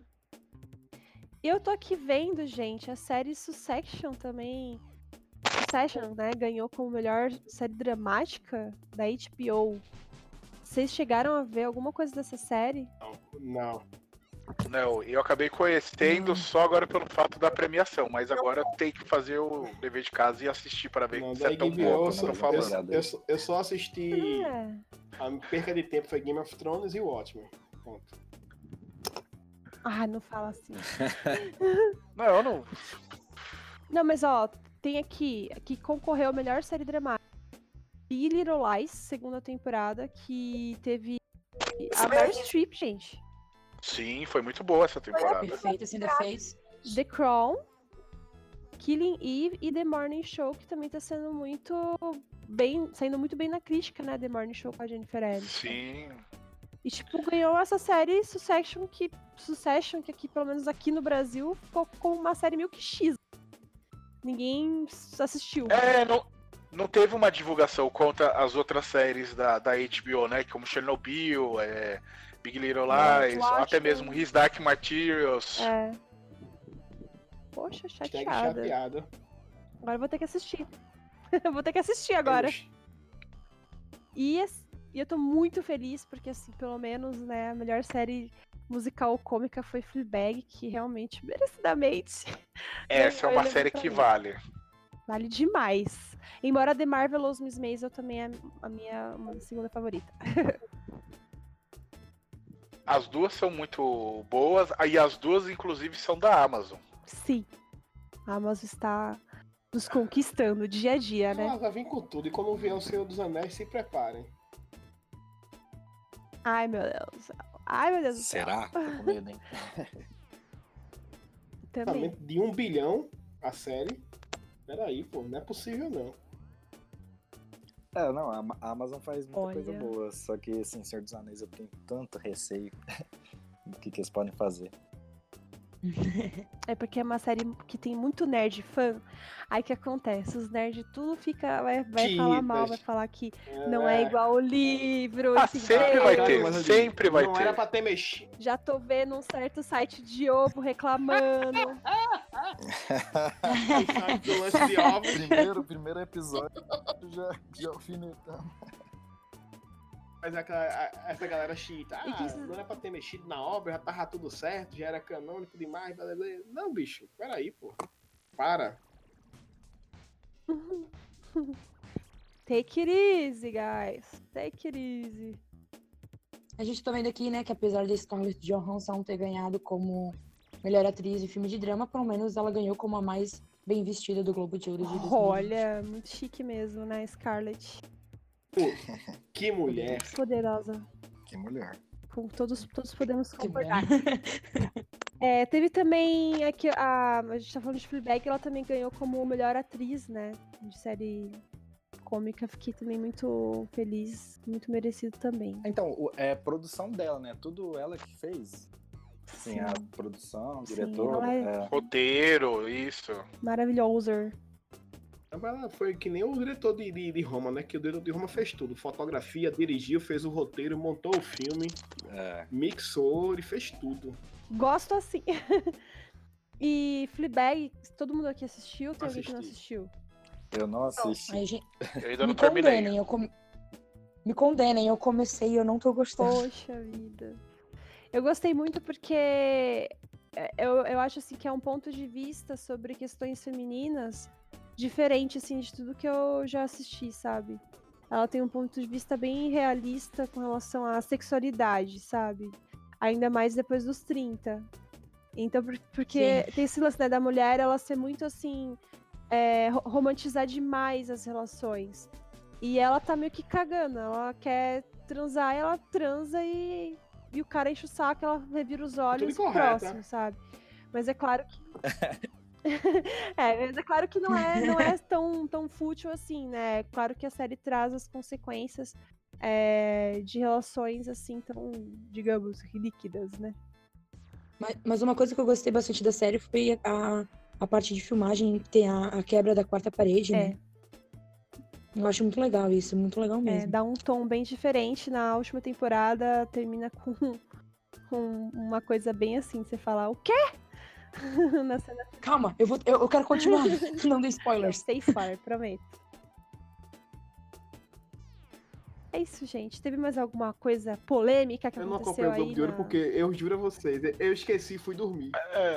Eu tô aqui vendo, gente, a série Succession também. Succession, né? Ganhou como melhor série dramática da H B O. Vocês chegaram a ver alguma coisa dessa série? Não, Não. Não, eu acabei conhecendo Não. só agora pelo fato da premiação, mas agora eu tenho que fazer o dever de casa e assistir para ver Não, se da é tão H B O bom eu como só, eu tô eu, falando. eu só- eu só assisti. É. A perca de tempo foi Game of Thrones e Watchmen. Pronto. Ah, não fala assim. Não, eu não. Não, mas ó, tem aqui, que concorreu a melhor série dramática. Big Little Lies, segunda temporada, que teve a Meryl Streep, gente. Sim, foi muito boa essa temporada. Perfeito, assim, ainda fez. The Crown, Killing Eve e The Morning Show, que também tá sendo muito bem, saindo muito bem na crítica, né? The Morning Show com a Jennifer Aniston. Sim. E tipo, ganhou essa série Succession, que Succession, que aqui, pelo menos aqui no Brasil, ficou com uma série meio que X. Ninguém assistiu. É, não, não teve uma divulgação contra as outras séries da, da H B O, né? Como Chernobyl, é, Big Little Lies, Watchmen. até mesmo His Dark Materials. É. Poxa, Hashtag chateada. chateada. Agora eu vou ter que assistir. Eu vou ter que assistir agora. Oxi. E, as- e eu tô muito feliz, porque assim, pelo menos, né, a melhor série musical cômica foi Fleabag, que realmente, merecidamente, Essa é ganhou uma ele série pra que mim. vale. Vale demais. Embora The Marvelous Miss Maisel também é a minha uma segunda favorita. As duas são muito boas, e as duas, inclusive, são da Amazon. Sim. A Amazon está nos conquistando dia a dia, né? Ah, vai vir com tudo. E quando vier o Senhor dos Anéis, se preparem. Ai, meu Deus do céu. Ai, meu Deus do céu. Será? Tô com medo, hein? Também. Orçamento de um bilhão a série. Peraí, pô, não é possível não. É, não, a a Amazon faz muita Olha. coisa boa, só que, assim, Senhor dos Anéis eu tenho tanto receio do que, que eles podem fazer. É porque é uma série que tem muito nerd fã. Aí o que acontece? Os nerds tudo fica. Vai, vai falar mal, Titas. vai falar que não é igual o livro. Ah, esse sempre vai gay. ter, Mas eu digo, sempre vai não ter. era pra ter mexido. Já tô vendo um certo site de ovo reclamando. Sabe, do lance de ovos. Primeiro, primeiro episódio, já, já alfinetando. Mas aquela, a- essa galera chita. E Ah, que isso- não era pra ter mexido na obra, já tava tudo certo, já era canônico demais. Blá, blá, blá. Não, bicho, peraí, pô. Para. Take it easy, guys. Take it easy. A gente tá vendo aqui, né, que apesar de Scarlett Johansson ter ganhado como melhor atriz em filme de drama, pelo menos ela ganhou como a mais bem vestida do Globo de Ouro de dois mil e vinte. Olha, muito chique mesmo, né, Scarlett? Que mulher. Poderosa. Que mulher. Com todos, todos podemos Que concordar. É, teve também aqui a. A gente tá falando de Fleabag, ela também ganhou como melhor atriz, né? De série cômica. Fiquei também muito feliz, muito merecido também. Então, o- é produção dela, né? Tudo ela que fez. Sim, a produção, Sim, diretor. ela é- é. Roteiro, isso. Maravilhoso. Ela foi que nem o diretor de, de, de Roma, né? Que o diretor de Roma fez tudo. Fotografia, dirigiu, fez o roteiro, montou o filme, é. mixou e fez tudo. Gosto assim. E Fleabag, todo mundo aqui assistiu? Tem alguém que não Assisti. assistiu? Eu não assisti. Aí, gente, Eu ainda me não terminei. condenem, eu com... me condenem, eu comecei e eu não tô gostando. Poxa vida. Eu gostei muito porque é, eu, eu acho assim que é um ponto de vista sobre questões femininas diferente assim de tudo que eu já assisti, sabe? Ela tem um ponto de vista bem realista com relação à sexualidade, sabe? Ainda mais depois dos trinta. Então, por- porque tem esse lance, né, da mulher ela ser muito assim, é, ro- romantizar demais as relações. E ela tá meio que cagando, ela quer transar, ela transa e, e o cara enche o saco, ela revira os olhos Tudo correto, próximo, sabe? Mas é claro que. é, mas é claro que não é, não é tão, tão fútil assim, né? É claro que a série traz as consequências é, de relações assim tão, digamos, líquidas, né? Mas, mas uma coisa que eu gostei bastante da série foi a, a parte de filmagem, ter a, a quebra da quarta parede, É. né? Eu acho muito legal isso, muito legal É, mesmo. dá um tom bem diferente. Na última temporada termina com, com uma coisa bem assim, você fala, o quê? Na cena Calma, eu, vou, eu, eu quero continuar, não dê spoilers. Stay far, prometo. É isso, gente. Teve mais alguma coisa polêmica que Eu não aconteceu acompanhei o aí? Globo de Ouro na- porque eu juro a vocês, eu esqueci e fui dormir. É.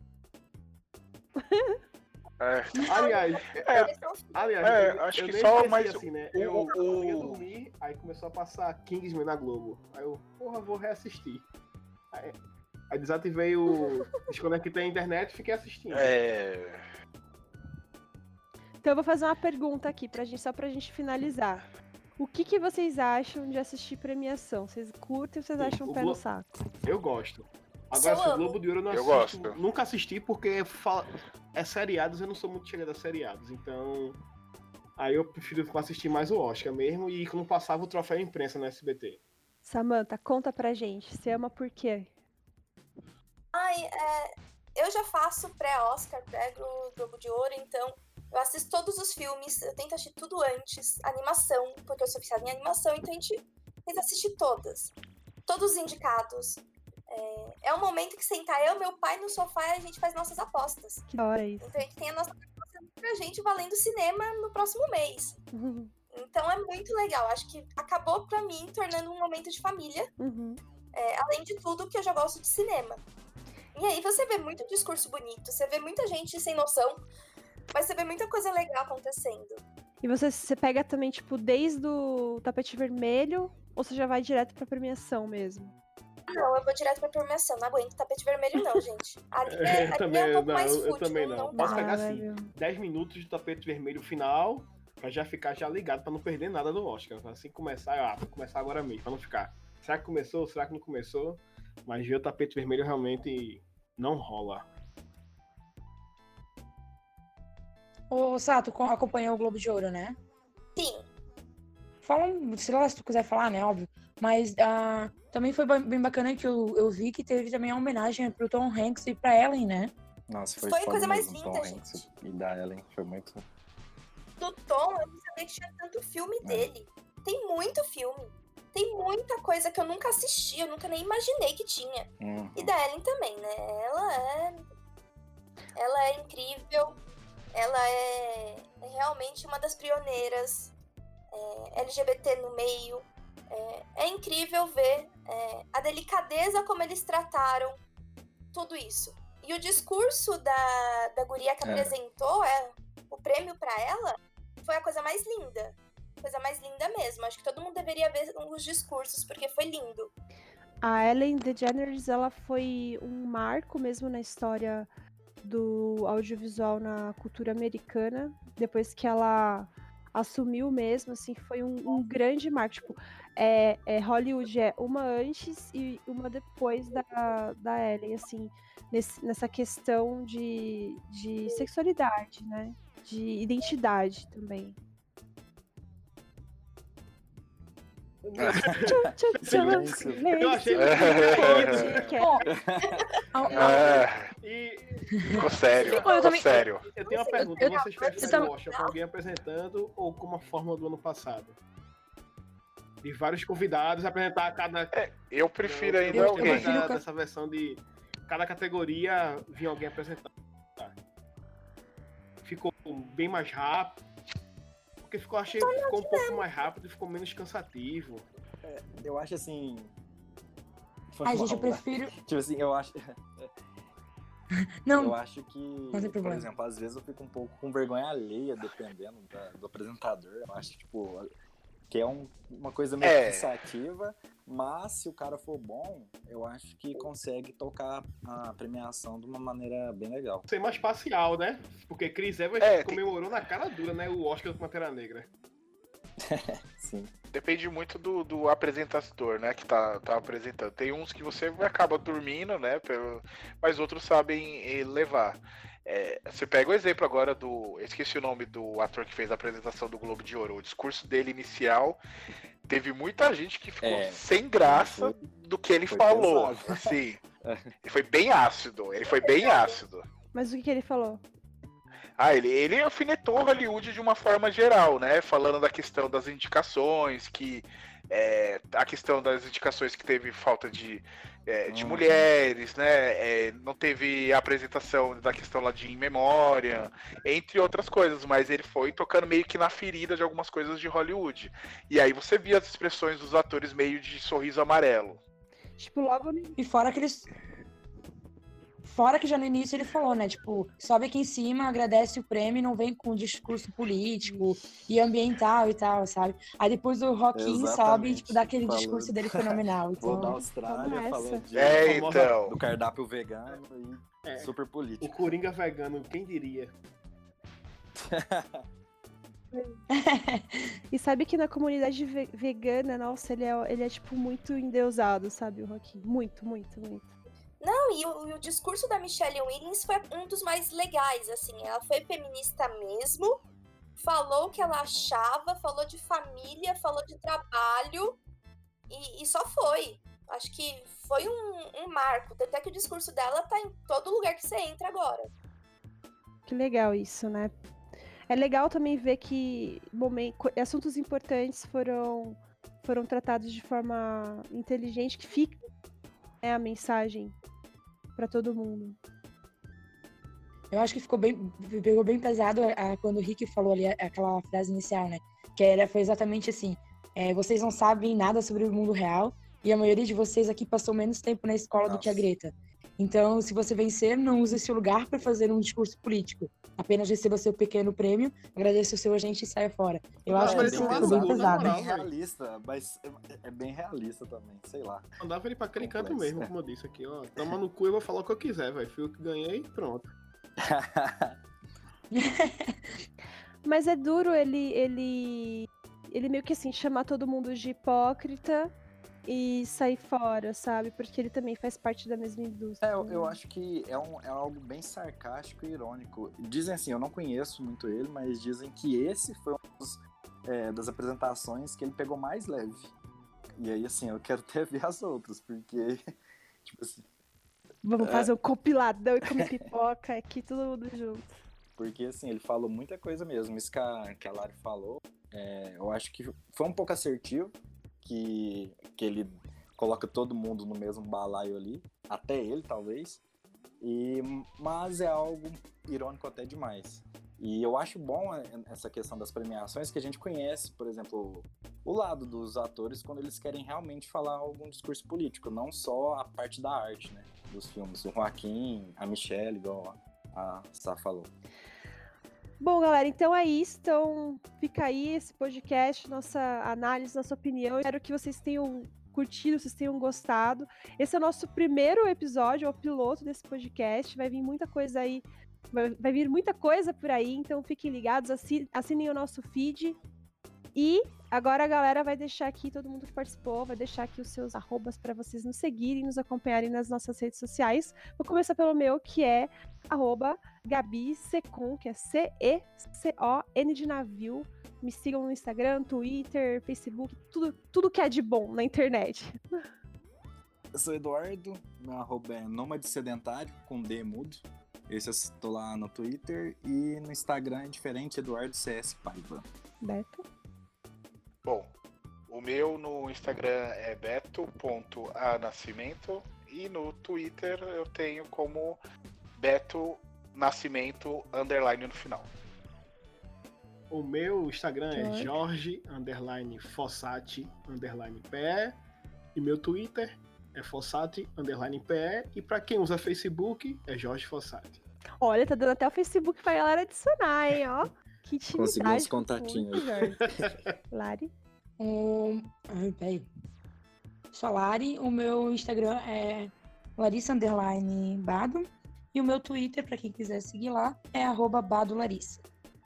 É, Aliás, É, aliás, É, eu, acho eu que nem só esqueci mais assim, né? o- Eu, o- eu ia dormir, aí começou a passar Kingsman na Globo. Aí eu, porra, vou reassistir. Aí, aí desativei o. Desconectei a internet e fiquei assistindo. é, Então eu vou fazer uma pergunta aqui, pra gente, só pra gente finalizar. O que, que vocês acham de assistir premiação? Vocês curtem ou vocês Sim, acham o pé Glo- no saco? Eu gosto. Isso Agora, eu se o amo. Globo de Ouro eu não Eu assisto. gosto. Nunca assisti porque fala- é seriados, eu não sou muito chegado a seriados. Então. Aí eu prefiro assistir mais o Oscar mesmo e quando passava o troféu imprensa no S B T. Samantha, conta pra gente. Você ama por quê? Ai, é, eu já faço pré-Oscar, pré-Globo de Ouro, então eu assisto todos os filmes, eu tento assistir tudo antes, animação, porque eu sou viciada em animação, então a gente tenta assistir todas. Todos os indicados. É, é um momento que sentar eu e meu pai no sofá e a gente faz nossas apostas. Que da hora isso. Então a gente tem a nossa aposta pra gente valendo cinema no próximo mês. Uhum. Então é muito legal, acho que acabou pra mim tornando um momento de família. Uhum. É, além de tudo que eu já gosto de cinema. E aí você vê muito discurso bonito, você vê muita gente sem noção, mas você vê muita coisa legal acontecendo. E você, você pega também, tipo, desde o tapete vermelho, ou você já vai direto pra premiação mesmo? Não, eu vou direto pra premiação, não aguento tapete vermelho não, gente. Ali é, Eu ali também, é um pouco não, mais eu- eu fútil, também não, não. dá. Posso pegar assim, velho. dez minutos de tapete vermelho final, pra já ficar já ligado, pra não perder nada do Oscar. Assim que começar, ah, vou começar agora mesmo, pra não ficar. Será que começou? Será que não começou? Mas ver o tapete vermelho realmente não rola. Ô, Sato, co- acompanhou o Globo de Ouro, né? Sim, Fala, um- sei lá, se tu quiser falar, né, óbvio. Mas ah, também foi ba- bem bacana que eu, eu vi que teve também a homenagem pro Tom Hanks e pra Ellen, né? Nossa, foi, Foi a foda coisa mais mesmo, linda, Tom Hanks gente. e da Ellen, foi muito... do Tom, eu não sabia que tinha tanto filme É. dele. Tem muito filme. Tem muita coisa que eu nunca assisti, eu nunca nem imaginei que tinha. Uhum. E da Ellen também, né? Ela é. Ela é incrível. Ela é, é realmente uma das pioneiras é, L G B T no meio. É, é incrível ver é, a delicadeza como eles trataram tudo isso. E o discurso da, da guria que É. apresentou é, o prêmio pra ela foi a coisa mais linda. Coisa mais linda mesmo. Acho que todo mundo deveria ver os discursos, porque foi lindo. A Ellen DeGeneres, ela foi um marco mesmo na história do audiovisual na cultura americana, depois que ela assumiu mesmo, assim, foi um, um grande marco, tipo, é, é, Hollywood é uma antes e uma depois da, da Ellen, assim, nesse, nessa questão de, de sexualidade, né, de identidade também. Tchum, tchum, tchum, Silêncio. Eu achei silêncio. Ó, a- é, E ficou sério, Eu ficou também- sério. eu tenho uma Eu- pergunta, eu- vocês eu preferem tam- o Oscar com alguém apresentando ou com uma fórmula do ano passado? De vários convidados apresentar cada. Eu prefiro Eu ainda eu gostei mais alguém. prefiro da- dessa versão de cada categoria vinha alguém apresentar. Ficou bem mais rápido. Porque ficou, achei que ficou um pouco mais rápido e ficou menos cansativo. Eu acho assim... Foi Ai, gente, eu mal, né? prefiro... Tipo assim, eu acho... Não, Eu acho que, Não tem por problema. exemplo, às vezes eu fico um pouco com vergonha alheia, dependendo da- do apresentador. Eu acho, tipo, que é um- uma coisa meio É. cansativa, mas se o cara for bom, eu acho que consegue tocar a premiação de uma maneira bem legal. Ser mais parcial, né? Porque Chris Evans É, tem- comemorou na cara dura, né? O Oscar do Pantera Negra. Sim. Depende muito do, do apresentador, né, que tá, tá apresentando. Tem uns que você acaba dormindo, né, pelo, mas outros sabem eh, levar. É, você pega o exemplo agora do... Eu esqueci o nome do ator que fez a apresentação do Globo de Ouro. O discurso dele inicial, teve muita gente que ficou É, sem graça foi- do que ele foi falou. pesado. Assim, ele foi bem ácido, ele foi bem ácido. Mas o que, que ele falou? Ah, ele, ele alfinetou Hollywood de uma forma geral, né? Falando da questão das indicações, que é, a questão das indicações que teve falta de, é, de Uhum. mulheres, né? É, não teve a apresentação da questão lá de In Memória, entre outras coisas, mas ele foi tocando meio que na ferida de algumas coisas de Hollywood. E aí você via as expressões dos atores meio de sorriso amarelo. Tipo, logo no E fora que eles. Fora que já no início ele falou, né? Tipo, sobe aqui em cima, agradece o prêmio e não vem com discurso político e ambiental e tal, sabe? Aí depois o Rockin' sobe e, Exatamente. tipo, dá aquele Falando. discurso dele fenomenal. Vou Então, da Austrália vamos falando nessa. de, É, famosa- então. do cardápio vegano e É. super O político. Coringa vegano, quem diria? E sabe que na comunidade ve- vegana, nossa, ele é, ele é tipo muito endeusado, sabe, o Rocky? Muito, muito, muito. Não, e o, e o discurso da Michelle Williams foi um dos mais legais, assim. Ela foi feminista mesmo, falou o que ela achava, falou de família, falou de trabalho e, e só foi. Acho que foi um, um marco. Tanto é que o discurso dela tá em todo lugar que você entra agora. Que legal isso, né? É legal também ver que momen- co- assuntos importantes foram, foram tratados de forma inteligente, que fica, né, a mensagem pra todo mundo. eu acho que ficou bem, pegou bem pesado a- quando o Rick falou ali a- aquela frase inicial, né? Que era, foi exatamente assim: é, vocês não sabem nada sobre o mundo real e a maioria de vocês aqui passou menos tempo na escola do que a Nossa. Greta. Então, se você vencer, não use esse lugar para fazer um discurso político. Apenas receba seu pequeno prêmio, agradeça o seu agente e saia fora. Eu Não, acho que mas isso ele ficou bem mandou, na pesado. É moral, bem velho. realista, mas é- é bem realista também, sei lá. Mandava ele pra aquele canto Complexo, mesmo, é. como eu disse aqui, ó. Toma no cu, eu vou falar o que eu quiser, velho. Fui eu que ganhei, pronto. Mas é duro ele, ele, ele meio que assim, chamar todo mundo de hipócrita e sair fora, sabe? Porque ele também faz parte da mesma indústria. É, eu, eu acho que é, um, é algo bem sarcástico e irônico. Dizem assim, eu não conheço muito ele, mas dizem que esse foi um dos, é, das apresentações que ele pegou mais leve. E aí, assim, eu quero até ver as outras, porque, tipo assim, Vamos fazer um compiladão e comer pipoca aqui, todo mundo junto. porque assim, ele falou muita coisa mesmo. Isso que a, que a Lari falou, é, eu acho que foi um pouco assertivo, que, que ele coloca todo mundo no mesmo balaio ali, até ele, talvez. E, mas é algo irônico até demais. E eu acho bom essa questão das premiações, que a gente conhece, por exemplo, o lado dos atores quando eles querem realmente falar algum discurso político, não só a parte da arte, né, dos filmes. O Joaquim, a Michelle, igual a Sá falou. Bom, galera, então é isso. Então fica aí esse podcast, nossa análise, nossa opinião. Espero que vocês tenham curtido, vocês tenham gostado. Esse é o nosso primeiro episódio, é o piloto desse podcast. Vai vir muita coisa aí, vai, vai vir muita coisa por aí, então fiquem ligados, assi- assinem o nosso feed. E agora a galera vai deixar aqui, todo mundo que participou, vai deixar aqui os seus arrobas para vocês nos seguirem, nos acompanharem nas nossas redes sociais. Vou começar pelo meu, que é arroba Gabi Secon, que é C E C O N de navio. Me sigam no Instagram, Twitter, Facebook, tudo, tudo que é de bom na internet. Eu sou Eduardo, meu arroba é Nômade Sedentário, com D mudo. Esse eu estou lá no Twitter e no Instagram é diferente, Eduardo C S Paiva. Beto? Bom, o meu no Instagram é beto.anascimento e no Twitter eu tenho como Beto Nascimento underline no final. O meu Instagram é Jorge. Jorge, underline Fossati, underline P E. E meu Twitter é Fossati, underline P E. E pra quem usa Facebook, é Jorge Fossati. Olha, tá dando até o Facebook pra galera adicionar, hein, ó. Que intimidade. Consegui uns com o contatinhos público, Jorge. Lari? Um, ai, peraí. Sou a Lari, o meu Instagram é Larissa underline Bado. E o meu Twitter, pra quem quiser seguir lá, é arroba Badolarissa.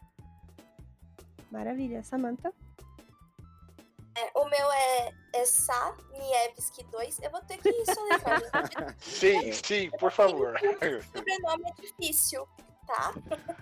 Maravilha. Samantha? É, o meu é, é Sa Nievski dois. Eu vou ter que soletrar. gente. Sim, sim, por favor. O sobrenome é difícil, tá?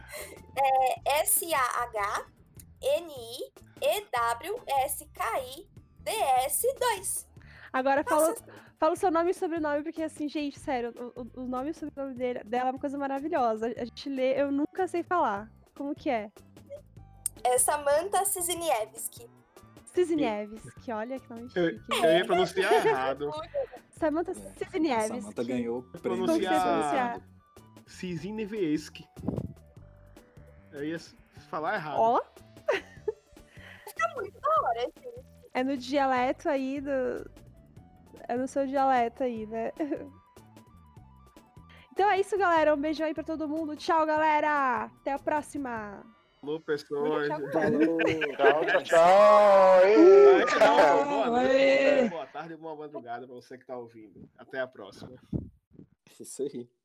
É S A H N I E W S K I D S dois. Agora fala, Nossa, fala o seu nome e sobrenome, porque assim, gente, sério, o, o- o nome e o sobrenome dele, dela é uma coisa maravilhosa. A gente lê, eu nunca sei falar. Como que é? é Samantha Cisniewski. Cisniewski, olha que nome Eu, chique. eu ia pronunciar errado. Samantha É. Cisniewski. Samantha ganhou o Como prêmio. que você Pronunciar- pronunciar? Cizinevieski. Eu ia falar errado. Ó, Agora, assim, é no dialeto aí do... É no seu dialeto aí, né? Então é isso, galera. Um beijão aí pra todo mundo. Tchau, galera. Até a próxima. Alô, pessoas. Tchau. Falou. Tchau, tchau, tchau. Ê, Tchau, cara. boa noite, Aê. boa tarde e boa madrugada pra você que tá ouvindo. Até a próxima. Isso aí.